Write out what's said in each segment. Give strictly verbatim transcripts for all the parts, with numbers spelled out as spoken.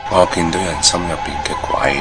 我見到人心入邊嘅鬼。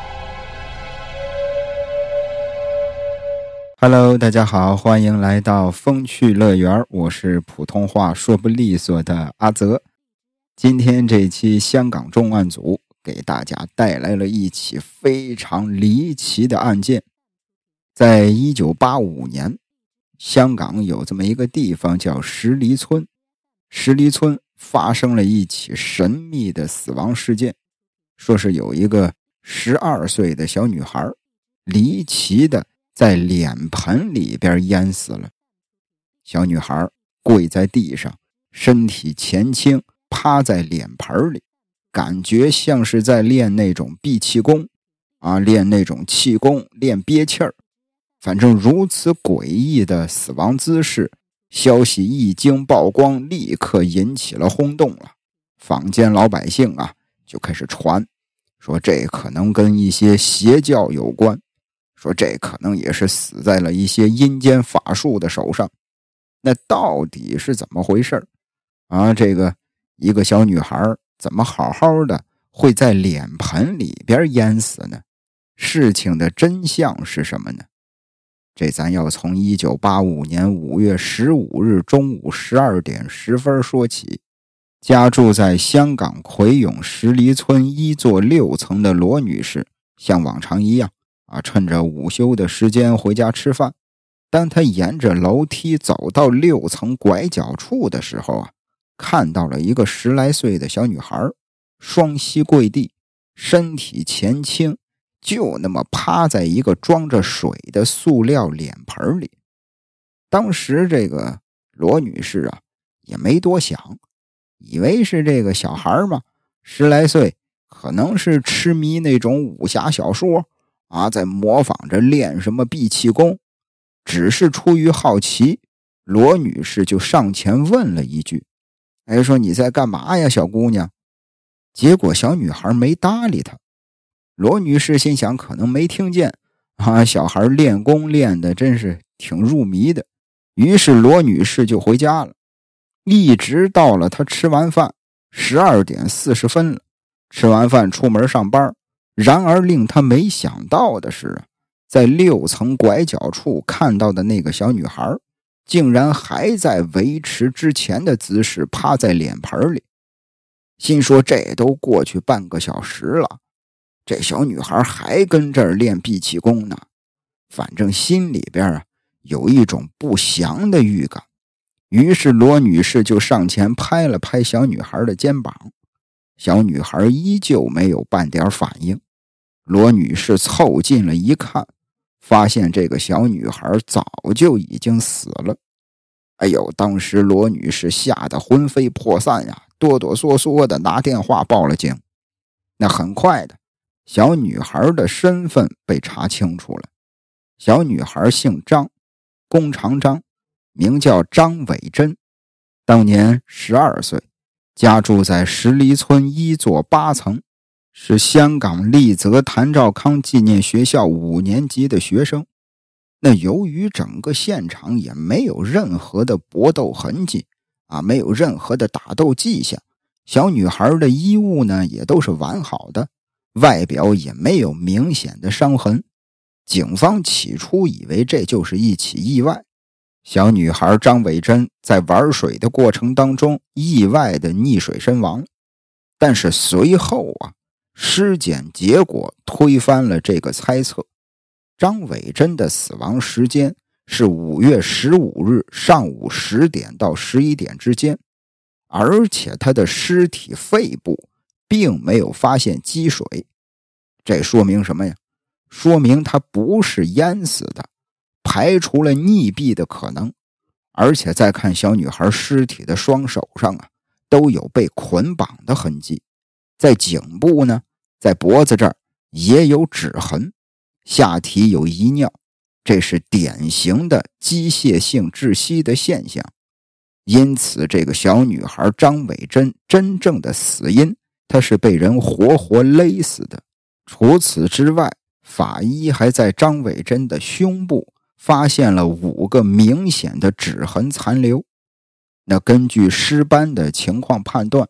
Hello， 大家好，欢迎来到风趣乐园，我是普通话说不利索的阿泽。今天这期香港重案组给大家带来了一起非常离奇的案件。在一九八五年，香港有这么一个地方叫石梨村，石梨村发生了一起神秘的死亡事件，说是有一个十二岁的小女孩离奇的在脸盆里边淹死了。小女孩跪在地上，身体前倾，趴在脸盆里，感觉像是在练那种闭气功啊，练那种气功，练憋气儿。反正如此诡异的死亡姿势，消息一经曝光，立刻引起了轰动了。坊间老百姓啊就开始传，说这可能跟一些邪教有关，说这可能也是死在了一些阴间法术的手上。那到底是怎么回事啊？这个一个小女孩怎么好好的会在脸盆里边淹死呢？事情的真相是什么呢？这咱要从一九八五年五月十五日中午十二点十分说起。家住在香港葵涌石梨村一座六层的罗女士，像往常一样啊，趁着午休的时间回家吃饭。当她沿着楼梯走到六层拐角处的时候啊，看到了一个十来岁的小女孩，双膝跪地，身体前倾，就那么趴在一个装着水的塑料脸盆里。当时这个罗女士啊也没多想，以为是这个小孩嘛，十来岁，可能是痴迷那种武侠小说啊，在模仿着练什么闭气功。只是出于好奇，罗女士就上前问了一句，哎，说你在干嘛呀，小姑娘？结果小女孩没搭理她。罗女士心想可能没听见啊，小孩练功练的真是挺入迷的。于是罗女士就回家了，一直到了她吃完饭十二点四十分了，吃完饭出门上班。然而令她没想到的是，在六层拐角处看到的那个小女孩竟然还在维持之前的姿势，趴在脸盆里。心说这都过去半个小时了，这小女孩还跟这儿练闭气功呢。反正心里边啊有一种不祥的预感。于是罗女士就上前拍了拍小女孩的肩膀，小女孩依旧没有半点反应。罗女士凑近了一看，发现这个小女孩早就已经死了。哎呦，当时罗女士吓得魂飞魄散呀，哆哆嗦嗦的拿电话报了警。那很快的，小女孩的身份被查清楚了。小女孩姓张，弓长张，名叫张伟珍，当年十二岁，家住在石梨村一座八层，是香港丽泽谭兆康纪念学校五年级的学生。那由于整个现场也没有任何的搏斗痕迹啊，没有任何的打斗迹象，小女孩的衣物呢也都是完好的，外表也没有明显的伤痕。警方起初以为这就是一起意外，小女孩张伟珍在玩水的过程当中意外的溺水身亡。但是随后啊，尸检结果推翻了这个猜测。张伟珍的死亡时间是五月十五日上午十点到十一点之间，而且他的尸体肺部并没有发现积水。这说明什么呀？说明他不是淹死的，排除了溺毙的可能。而且再看小女孩尸体的双手上啊，都有被捆绑的痕迹，在颈部呢，在脖子这儿也有指痕，下体有遗尿，这是典型的机械性窒息的现象。因此这个小女孩张伟珍真正的死因，她是被人活活勒死的。除此之外，法医还在张伟珍的胸部发现了五个明显的指痕残留。那根据尸斑的情况判断，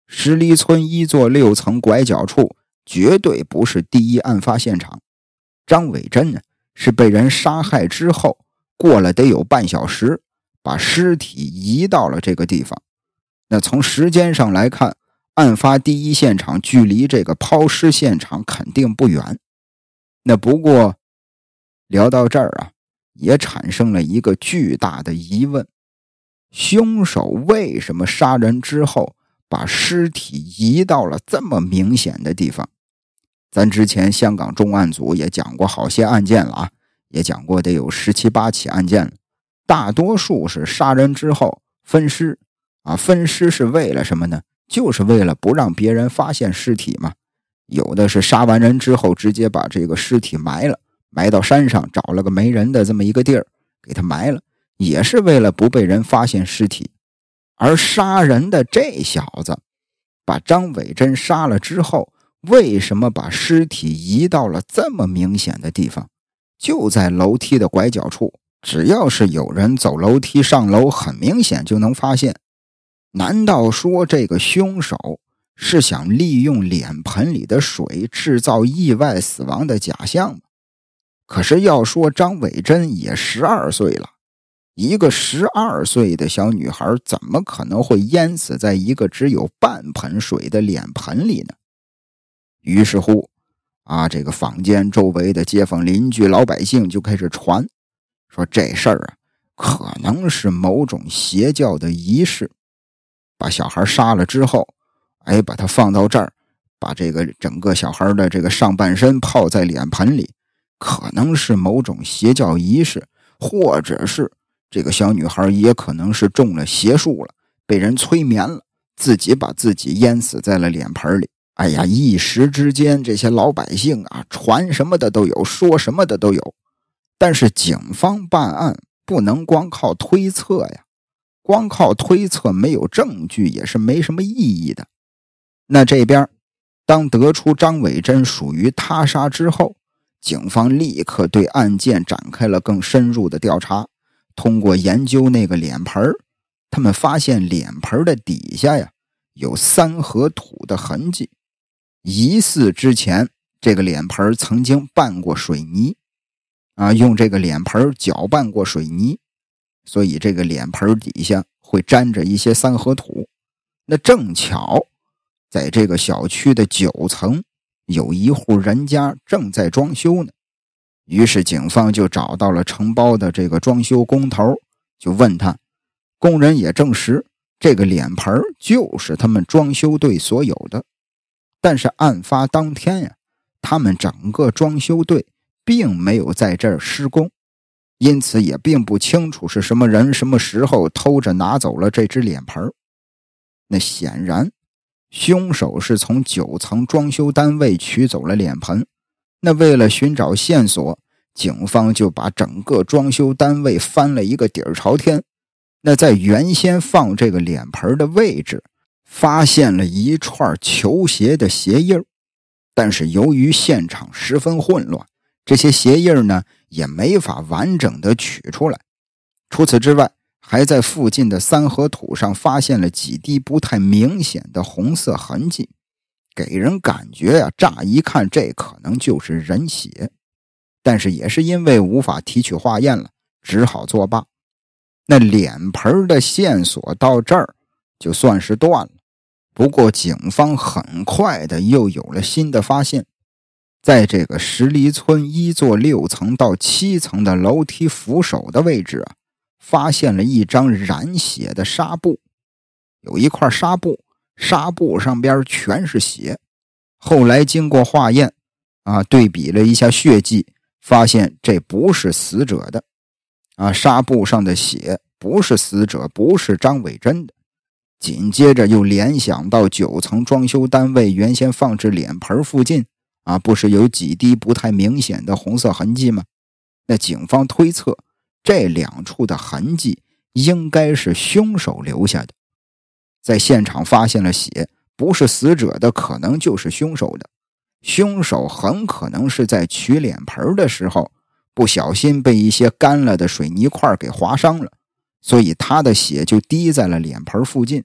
十里村一座六层拐角处绝对不是第一案发现场。张伟珍呢，是被人杀害之后，过了得有半小时，把尸体移到了这个地方。那从时间上来看，案发第一现场距离这个抛尸现场肯定不远。那不过聊到这儿啊，也产生了一个巨大的疑问，凶手为什么杀人之后把尸体移到了这么明显的地方？咱之前香港重案组也讲过好些案件了啊，也讲过得有十七八起案件了，大多数是杀人之后分尸啊，分尸是为了什么呢？就是为了不让别人发现尸体嘛。有的是杀完人之后直接把这个尸体埋了，埋到山上，找了个没人的这么一个地儿给他埋了，也是为了不被人发现尸体。而杀人的这小子把张伟珍杀了之后，为什么把尸体移到了这么明显的地方？就在楼梯的拐角处，只要是有人走楼梯上楼，很明显就能发现。难道说这个凶手是想利用脸盆里的水制造意外死亡的假象吗？可是要说张伟珍也十二岁了，一个十二岁的小女孩怎么可能会淹死在一个只有半盆水的脸盆里呢？于是乎啊，这个坊间周围的街坊邻居老百姓就开始传，说这事儿啊可能是某种邪教的仪式，把小孩杀了之后，哎，把他放到这儿，把这个整个小孩的这个上半身泡在脸盆里，可能是某种邪教仪式，或者是这个小女孩也可能是中了邪术了，被人催眠了，自己把自己淹死在了脸盆里。哎呀，一时之间这些老百姓啊，传什么的都有，说什么的都有。但是警方办案不能光靠推测呀，光靠推测没有证据也是没什么意义的。那这边当得出张伟珍属于他杀之后，警方立刻对案件展开了更深入的调查。通过研究那个脸盆，他们发现脸盆的底下呀有三合土的痕迹，疑似之前这个脸盆曾经拌过水泥啊，用这个脸盆搅拌过水泥，所以这个脸盆底下会沾着一些三合土。那正巧在这个小区的九层有一户人家正在装修呢，于是警方就找到了承包的这个装修工头，就问他，工人也证实这个脸盆就是他们装修队所有的。但是案发当天呀，他们整个装修队并没有在这儿施工，因此也并不清楚是什么人什么时候偷着拿走了这只脸盆。那显然凶手是从九层装修单位取走了脸盆。那为了寻找线索，警方就把整个装修单位翻了一个底儿朝天。那在原先放这个脸盆的位置发现了一串球鞋的鞋印，但是由于现场十分混乱，这些鞋印呢也没法完整的取出来。除此之外，还在附近的三合土上发现了几滴不太明显的红色痕迹，给人感觉呀、啊，乍一看这可能就是人血，但是也是因为无法提取化验了，只好作罢。那脸盆的线索到这儿就算是断了。不过警方很快的又有了新的发现，在这个石梨村一座六层到七层的楼梯扶手的位置啊，发现了一张染血的纱布，有一块纱布，纱布上边全是血。后来经过化验啊，对比了一下血迹，发现这不是死者的啊，纱布上的血不是死者，不是张伟珍的。紧接着又联想到九层装修单位原先放置脸盆附近啊，不是有几滴不太明显的红色痕迹吗？那警方推测这两处的痕迹应该是凶手留下的。在现场发现了血，不是死者的可能就是凶手的。凶手很可能是在取脸盆的时候不小心被一些干了的水泥块给划伤了，所以他的血就滴在了脸盆附近，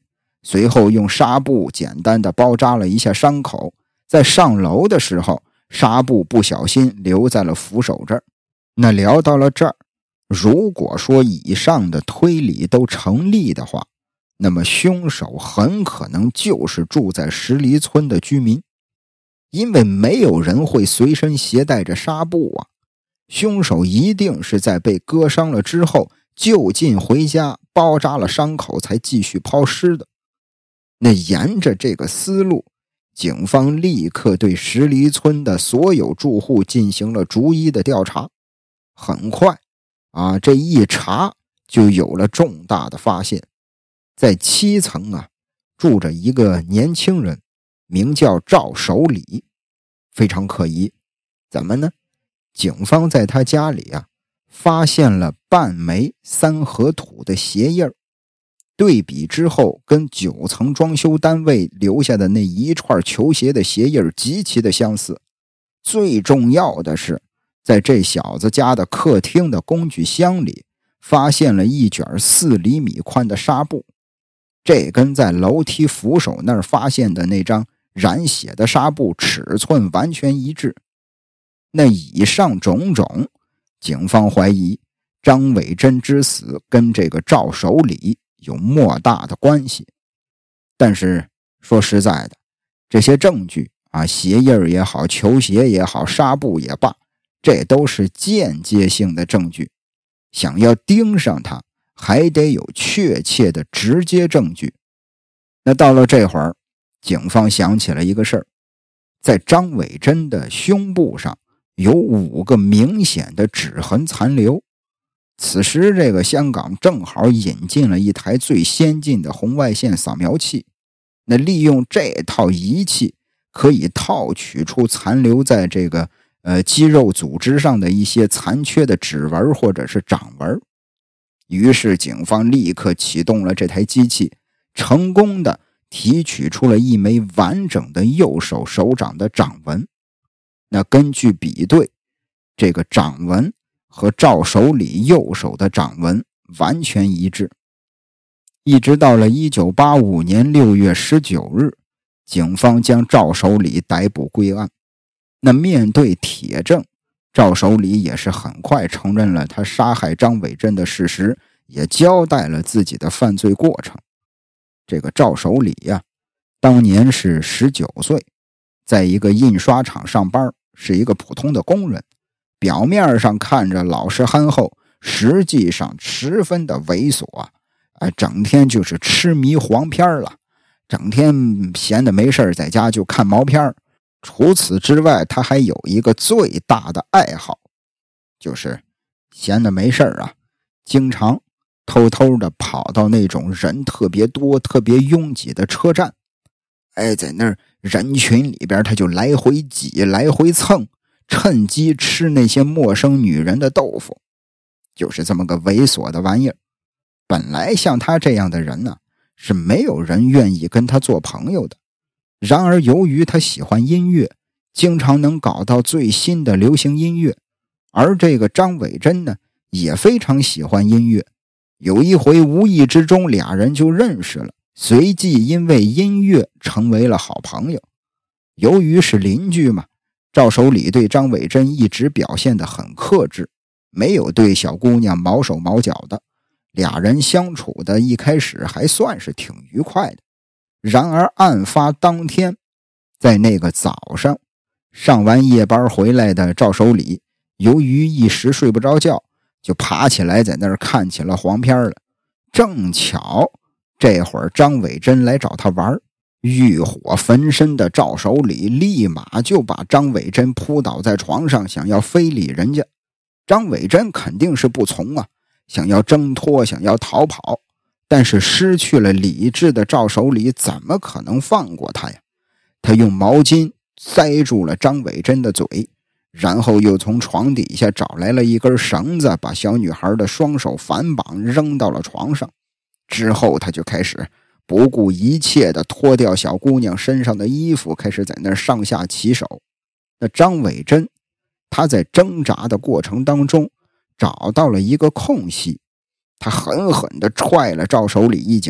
随后用纱布简单的包扎了一下伤口，在上楼的时候，纱布不小心留在了扶手这儿。那聊到了这儿，如果说以上的推理都成立的话，那么凶手很可能就是住在石梨村的居民，因为没有人会随身携带着纱布啊。凶手一定是在被割伤了之后就近回家包扎了伤口才继续抛尸的。那沿着这个思路，警方立刻对石梨村的所有住户进行了逐一的调查。很快啊，这一查就有了重大的发现。在七层啊，住着一个年轻人，名叫赵守礼。非常可疑，怎么呢？警方在他家里啊，发现了半枚三合土的鞋印儿，对比之后，跟九层装修单位留下的那一串球鞋的鞋印儿极其的相似。最重要的是，在这小子家的客厅的工具箱里，发现了一卷四厘米宽的纱布，这跟在楼梯扶手那儿发现的那张染血的纱布尺寸完全一致。那以上种种，警方怀疑张伟珍之死跟这个赵守礼有莫大的关系。但是说实在的，这些证据啊，鞋印也好，球鞋也好，纱布也罢，这都是间接性的证据，想要盯上他还得有确切的直接证据。那到了这会儿，警方想起了一个事儿，在张伟珍的胸部上有五个明显的指痕残留。此时这个香港正好引进了一台最先进的红外线扫描器，那利用这套仪器可以套取出残留在这个呃肌肉组织上的一些残缺的指纹或者是掌纹。于是警方立刻启动了这台机器，成功的提取出了一枚完整的右手手掌的掌纹。那根据比对，这个掌纹和赵守礼右手的掌纹完全一致。一直到了一九八五年六月十九日，警方将赵守礼逮捕归案。那面对铁证，赵守礼也是很快承认了他杀害张伟珍的事实，也交代了自己的犯罪过程。这个赵守礼呀、啊，当年是十九岁，在一个印刷厂上班，是一个普通的工人。表面上看着老实憨厚，实际上十分的猥琐啊！哎，整天就是痴迷黄片了，整天闲的没事在家就看毛片。除此之外，他还有一个最大的爱好，就是闲的没事啊，经常偷偷的跑到那种人特别多、特别拥挤的车站，哎，在那儿人群里边，他就来回挤、来回蹭。趁机吃那些陌生女人的豆腐，就是这么个猥琐的玩意儿。本来像他这样的人呢、啊，是没有人愿意跟他做朋友的。然而由于他喜欢音乐，经常能搞到最新的流行音乐，而这个张伟珍呢，也非常喜欢音乐。有一回无意之中俩人就认识了，随即因为音乐成为了好朋友。由于是邻居嘛，赵守礼对张伟珍一直表现得很克制，没有对小姑娘毛手毛脚的，俩人相处的一开始还算是挺愉快的。然而案发当天，在那个早上，上完夜班回来的赵守礼由于一时睡不着觉，就爬起来在那儿看起了黄片了。正巧这会儿张伟珍来找他玩，欲火焚身的赵守礼立马就把张伟珍扑倒在床上，想要非礼人家。张伟珍肯定是不从啊，想要挣脱，想要逃跑，但是失去了理智的赵守礼怎么可能放过他呀？他用毛巾塞住了张伟珍的嘴，然后又从床底下找来了一根绳子，把小女孩的双手反绑扔到了床上。之后他就开始不顾一切地脱掉小姑娘身上的衣服，开始在那儿上下其手。那张伟珍他在挣扎的过程当中找到了一个空隙，他狠狠地踹了赵守礼一脚，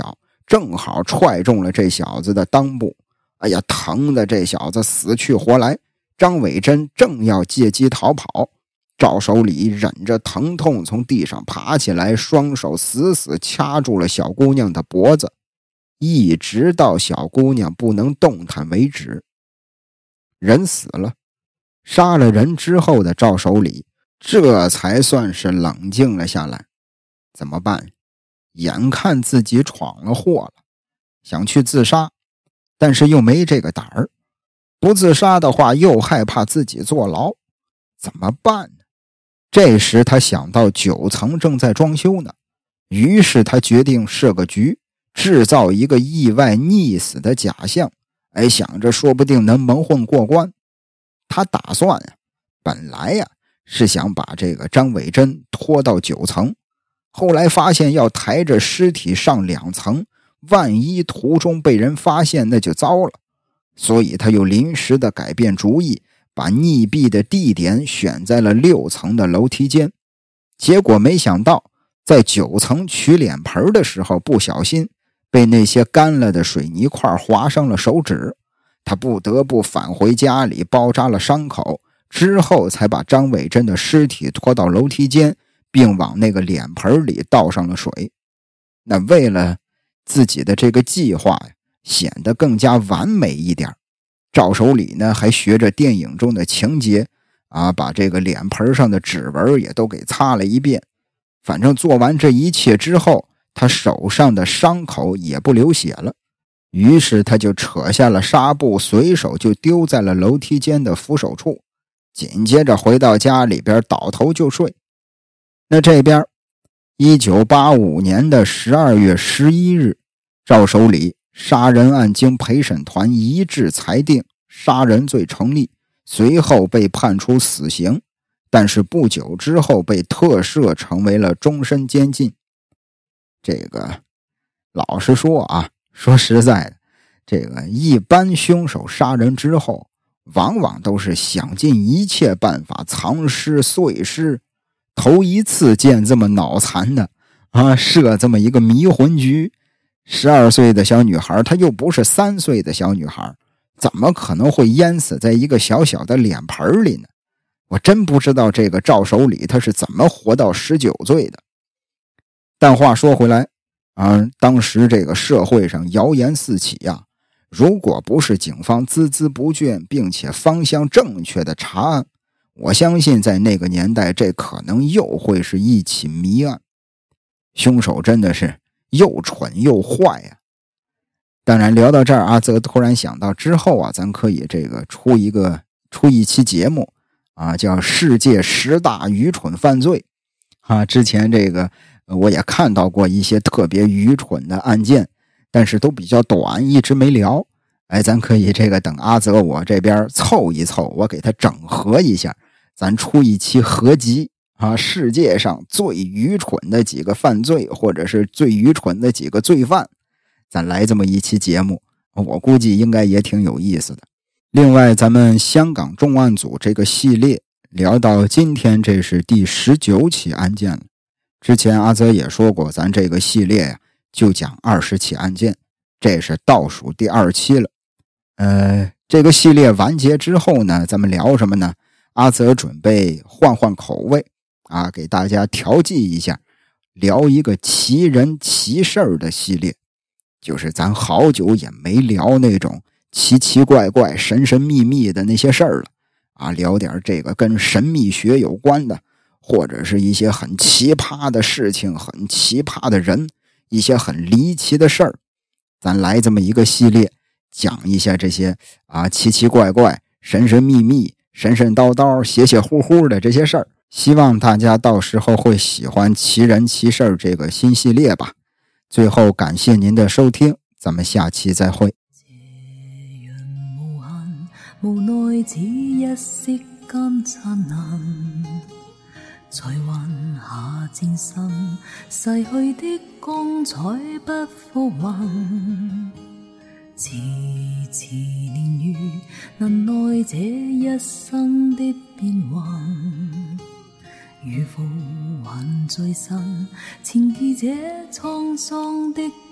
正好踹中了这小子的裆部。哎呀，疼的这小子死去活来。张伟珍正要借机逃跑，赵守礼忍着疼痛从地上爬起来，双手死死掐住了小姑娘的脖子，一直到小姑娘不能动弹为止。人死了，杀了人之后的赵守礼这才算是冷静了下来。怎么办？眼看自己闯了祸了，想去自杀，但是又没这个胆儿。不自杀的话又害怕自己坐牢，怎么办呢？这时他想到九层正在装修呢，于是他决定设个局，制造一个意外溺死的假象，哎，想着说不定能蒙混过关。他打算呀、啊，本来呀、啊、是想把这个张伟珍拖到九层，后来发现要抬着尸体上两层，万一途中被人发现那就糟了。所以他又临时的改变主意，把溺毙的地点选在了六层的楼梯间。结果没想到在九层取脸盆的时候不小心被那些干了的水泥块划伤了手指，他不得不返回家里包扎了伤口，之后才把张伟珍的尸体拖到楼梯间，并往那个脸盆里倒上了水。那为了自己的这个计划呀显得更加完美一点，赵守礼呢还学着电影中的情节啊，把这个脸盆上的指纹也都给擦了一遍。反正做完这一切之后，他手上的伤口也不流血了，于是他就扯下了纱布，随手就丢在了楼梯间的扶手处，紧接着回到家里边倒头就睡。那这边一九八五年的十二月十一日，赵守礼杀人案经陪审团一致裁定杀人罪成立，随后被判处死刑，但是不久之后被特赦成为了终身监禁。这个老实说啊，说实在的，这个一般凶手杀人之后往往都是想尽一切办法藏尸碎尸，头一次见这么脑残的啊，设这么一个迷魂局。十二岁的小女孩，她又不是三岁的小女孩，怎么可能会淹死在一个小小的脸盆里呢？我真不知道这个赵守礼他是怎么活到十九岁的。但话说回来啊，当时这个社会上谣言四起呀、啊，如果不是警方孜孜不倦并且方向正确的查案，我相信在那个年代这可能又会是一起谜案。凶手真的是又蠢又坏呀、啊！当然聊到这儿，阿泽突然想到之后啊，咱可以这个出一个出一期节目啊，叫世界十大愚蠢犯罪啊。之前这个我也看到过一些特别愚蠢的案件，但是都比较短，一直没聊。哎，咱可以这个等阿泽我这边凑一凑，我给他整合一下，咱出一期合集啊，世界上最愚蠢的几个犯罪，或者是最愚蠢的几个罪犯，咱来这么一期节目，我估计应该也挺有意思的。另外，咱们香港重案组这个系列聊到今天，这是第十九起案件了。之前阿泽也说过，咱这个系列呀、啊，就讲二十起案件，这是倒数第二期了。呃，这个系列完结之后呢，咱们聊什么呢？阿泽准备换换口味啊，给大家调剂一下，聊一个奇人奇事儿的系列。就是咱好久也没聊那种奇奇怪怪神神秘秘的那些事儿了啊，聊点这个跟神秘学有关的，或者是一些很奇葩的事情，很奇葩的人，一些很离奇的事儿。咱来这么一个系列，讲一下这些啊奇奇怪怪神神秘秘神神叨叨邪邪乎乎的这些事儿。希望大家到时候会喜欢奇人奇事儿这个新系列吧。最后感謝您的收聽，咱們下期再會。 這樣無限無奈只一息間燦爛，在雲下漸滲，逝去的光彩不復還。遲遲年月能耐這一生的變幻，如負還在身，纏結這滄桑的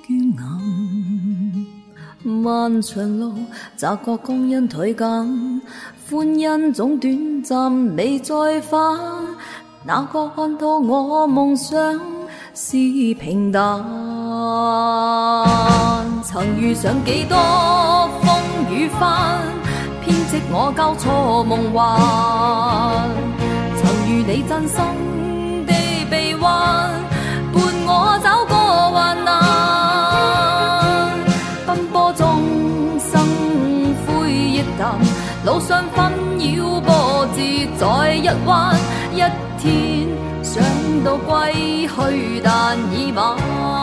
倦顏。漫長路，察覺光陰退減，歡欣總短暫，未再返。那個看透我夢想是平淡，曾遇上幾多風雨翻，編織我交錯夢幻。曾遇你真心地臂彎，伴我走過患難。奔波中生灰亦淡，路上紛擾波折在一彎。一天想到歸去，但已晚。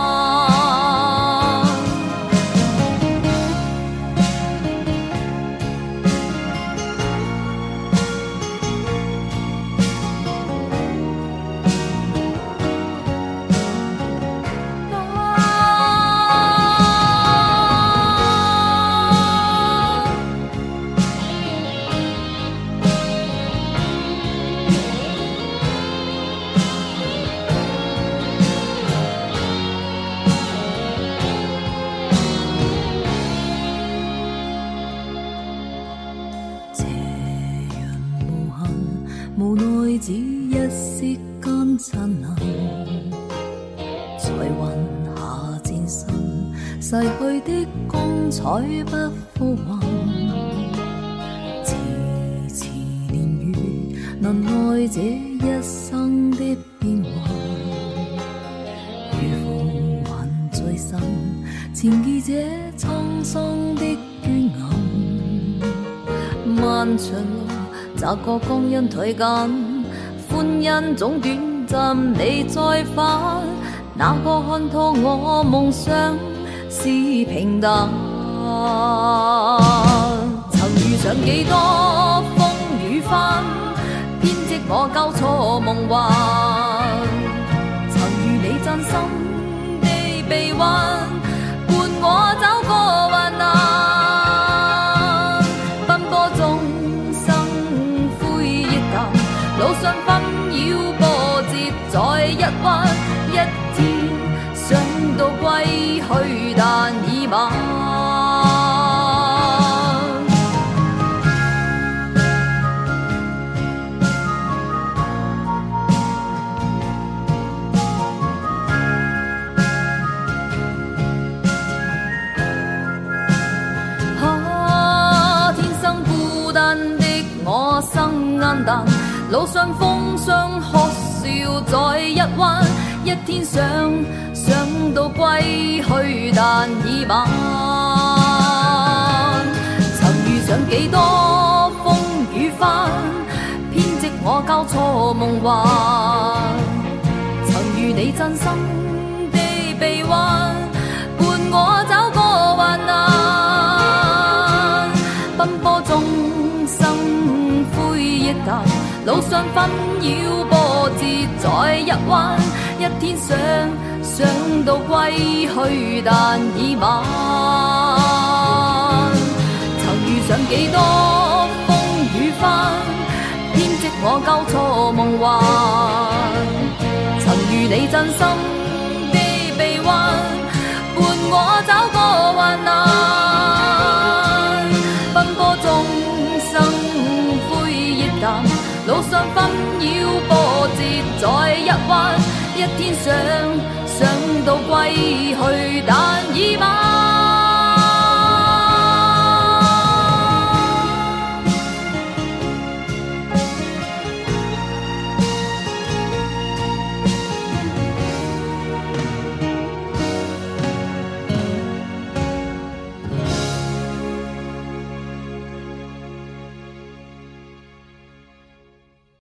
無奈只一息間燦爛，才雲下漸深，逝去的光彩不復還。遲遲年月能耐這一生的變幻，如風還在身，纏結這滄桑的倦顏。漫長路，察覺光陰退減，歡欣總短暫，你再返。那個看透我夢想是平淡，曾遇上幾多風雨翻，編織我交錯夢幻。曾遇你真心地臂彎，伴我走過患難。奔波中路上紛擾波折在一彎，一天想到歸去，但已晚。啊，天生孤單的我生黯淡，路上風霜哭笑在一彎，一天想想到歸去，但已晚。曾遇上幾多風雨翻，編織我交錯夢幻。曾遇你真心地臂彎，伴我走過患難。奔波中生灰亦淡，路上紛擾波折在一彎，一天想想到歸去，但已晚。曾遇上幾多風雨翻，編織我交錯夢幻。曾遇你真心地臂彎，伴我走過患難。奔波中生灰亦淡，路上紛擾波折在一彎，一天想想到歸去，但已晚。